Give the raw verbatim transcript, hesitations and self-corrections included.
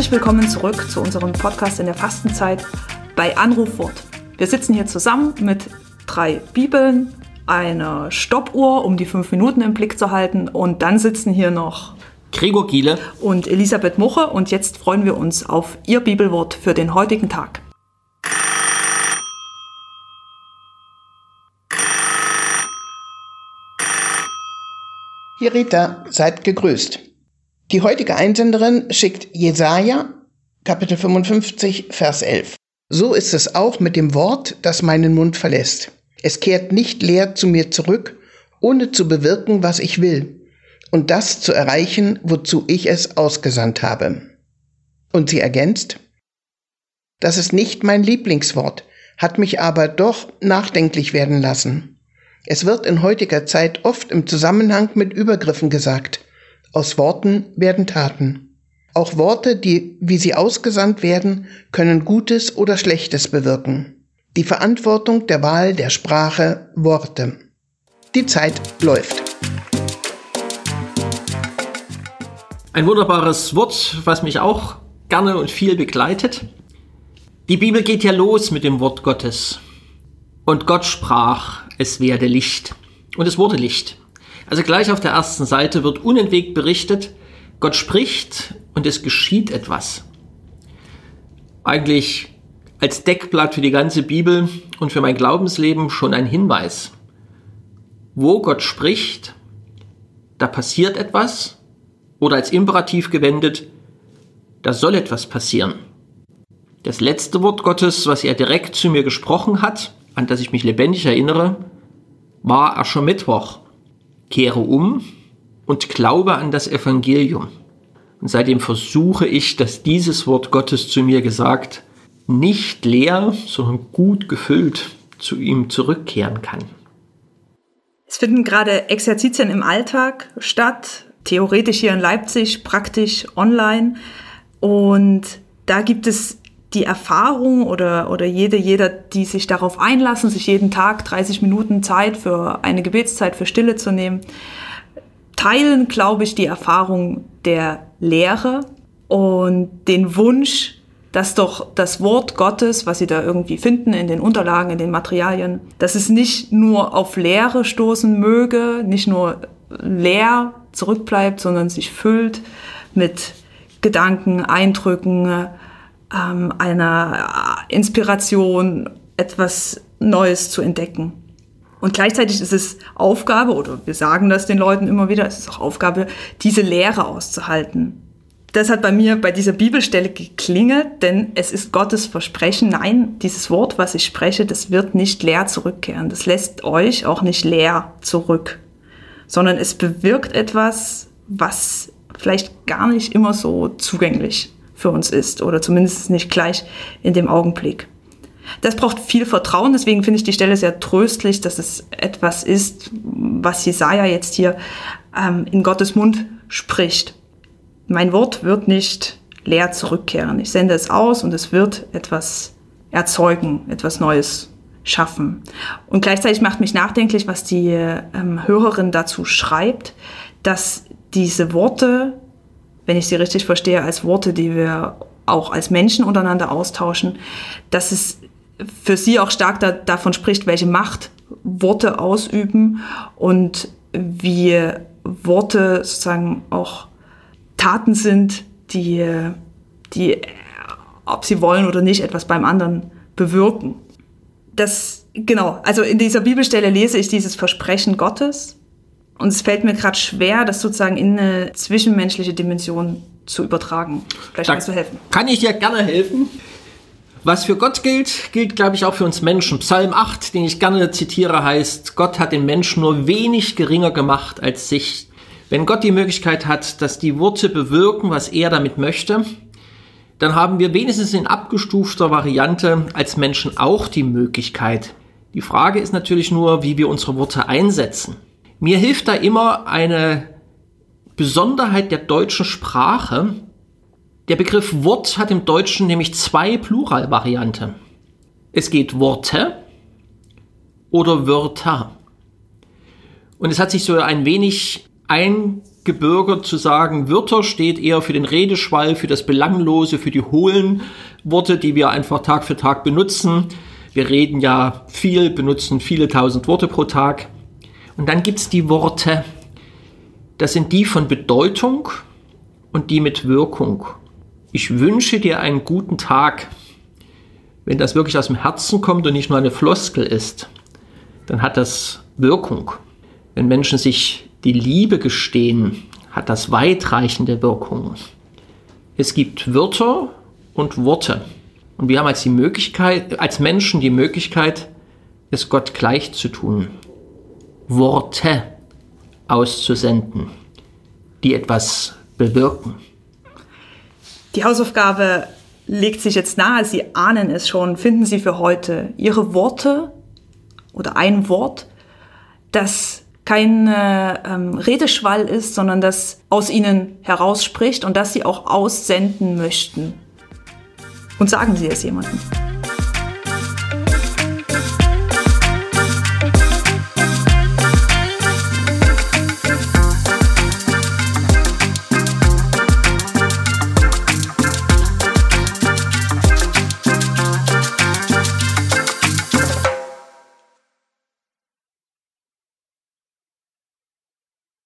Herzlich willkommen zurück zu unserem Podcast in der Fastenzeit bei Anrufwort. Wir sitzen hier zusammen mit drei Bibeln, einer Stoppuhr, um die fünf Minuten im Blick zu halten, und dann sitzen hier noch Gregor Giele und Elisabeth Muche, und jetzt freuen wir uns auf Ihr Bibelwort für den heutigen Tag. Hier Rita, seid gegrüßt. Die heutige Einsenderin schickt Jesaja, Kapitel fünfundfünfzig, Vers elf. So ist es auch mit dem Wort, das meinen Mund verlässt. Es kehrt nicht leer zu mir zurück, ohne zu bewirken, was ich will, und das zu erreichen, wozu ich es ausgesandt habe. Und sie ergänzt: Das ist nicht mein Lieblingswort, hat mich aber doch nachdenklich werden lassen. Es wird in heutiger Zeit oft im Zusammenhang mit Übergriffen gesagt: Aus Worten werden Taten. Auch Worte, die, wie sie ausgesandt werden, können Gutes oder Schlechtes bewirken. Die Verantwortung der Wahl der Sprache, Worte. Die Zeit läuft. Ein wunderbares Wort, was mich auch gerne und viel begleitet. Die Bibel geht ja los mit dem Wort Gottes. Und Gott sprach, es werde Licht. Und es wurde Licht. Also gleich auf der ersten Seite wird unentwegt berichtet, Gott spricht und es geschieht etwas. Eigentlich als Deckblatt für die ganze Bibel und für mein Glaubensleben schon ein Hinweis. Wo Gott spricht, da passiert etwas, oder als Imperativ gewendet, da soll etwas passieren. Das letzte Wort Gottes, was er direkt zu mir gesprochen hat, an das ich mich lebendig erinnere, war Aschermittwoch. Kehre um und glaube an das Evangelium. Und seitdem versuche ich, dass dieses Wort Gottes zu mir gesagt nicht leer, sondern gut gefüllt zu ihm zurückkehren kann. Es finden gerade Exerzitien im Alltag statt, theoretisch hier in Leipzig, praktisch online. Und da gibt es die Erfahrung oder, oder jede, jeder, die sich darauf einlassen, sich jeden Tag dreißig Minuten Zeit für eine Gebetszeit, für Stille zu nehmen, teilen, glaube ich, die Erfahrung der Lehre und den Wunsch, dass doch das Wort Gottes, was sie da irgendwie finden in den Unterlagen, in den Materialien, dass es nicht nur auf Leere stoßen möge, nicht nur leer zurückbleibt, sondern sich füllt mit Gedanken, Eindrücken, ähm, einer Inspiration, etwas Neues zu entdecken. Und gleichzeitig ist es Aufgabe, oder wir sagen das den Leuten immer wieder, es ist auch Aufgabe, diese Leere auszuhalten. Das hat bei mir bei dieser Bibelstelle geklingelt, denn es ist Gottes Versprechen. Nein, dieses Wort, was ich spreche, das wird nicht leer zurückkehren. Das lässt euch auch nicht leer zurück, sondern es bewirkt etwas, was vielleicht gar nicht immer so zugänglich für uns ist oder zumindest nicht gleich in dem Augenblick. Das braucht viel Vertrauen, deswegen finde ich die Stelle sehr tröstlich, dass es etwas ist, was Jesaja jetzt hier ähm, in Gottes Mund spricht. Mein Wort wird nicht leer zurückkehren. Ich sende es aus und es wird etwas erzeugen, etwas Neues schaffen. Und gleichzeitig macht mich nachdenklich, was die ähm, Hörerin dazu schreibt, dass diese Worte, wenn ich sie richtig verstehe, als Worte, die wir auch als Menschen untereinander austauschen, dass es für sie auch stark da, davon spricht, welche Macht Worte ausüben und wie Worte sozusagen auch Taten sind, die, die, ob sie wollen oder nicht, etwas beim anderen bewirken. Das, genau, also in dieser Bibelstelle lese ich dieses Versprechen Gottes und es fällt mir gerade schwer, das sozusagen in eine zwischenmenschliche Dimension zu übertragen. Vielleicht da kannst du helfen. Kann ich dir gerne helfen. Was für Gott gilt, gilt, glaube ich, auch für uns Menschen. Psalm acht, den ich gerne zitiere, heißt: Gott hat den Menschen nur wenig geringer gemacht als sich. Wenn Gott die Möglichkeit hat, dass die Worte bewirken, was er damit möchte, dann haben wir wenigstens in abgestufter Variante als Menschen auch die Möglichkeit. Die Frage ist natürlich nur, wie wir unsere Worte einsetzen. Mir hilft da immer eine Besonderheit der deutschen Sprache. Der Begriff Wort hat im Deutschen nämlich zwei Pluralvarianten. Es geht Worte oder Wörter. Und es hat sich so ein wenig ein eingebürgert zu sagen, Wörter steht eher für den Redeschwall, für das Belanglose, für die hohlen Worte, die wir einfach Tag für Tag benutzen. Wir reden ja viel, benutzen viele tausend Worte pro Tag. Und dann gibt es die Worte, das sind die von Bedeutung und die mit Wirkung. Ich wünsche dir einen guten Tag. Wenn das wirklich aus dem Herzen kommt und nicht nur eine Floskel ist, dann hat das Wirkung. Wenn Menschen sich die Liebe gestehen, hat das weitreichende Wirkung. Es gibt Wörter und Worte. Und wir haben als, die Möglichkeit, als Menschen die Möglichkeit, es Gott gleich zu tun. Worte auszusenden, die etwas bewirken. Die Hausaufgabe legt sich jetzt nahe, Sie ahnen es schon. Finden Sie für heute Ihre Worte oder ein Wort, das kein äh, ähm, Redeschwall ist, sondern das aus Ihnen herausspricht und das Sie auch aussenden möchten. Und sagen Sie es jemandem.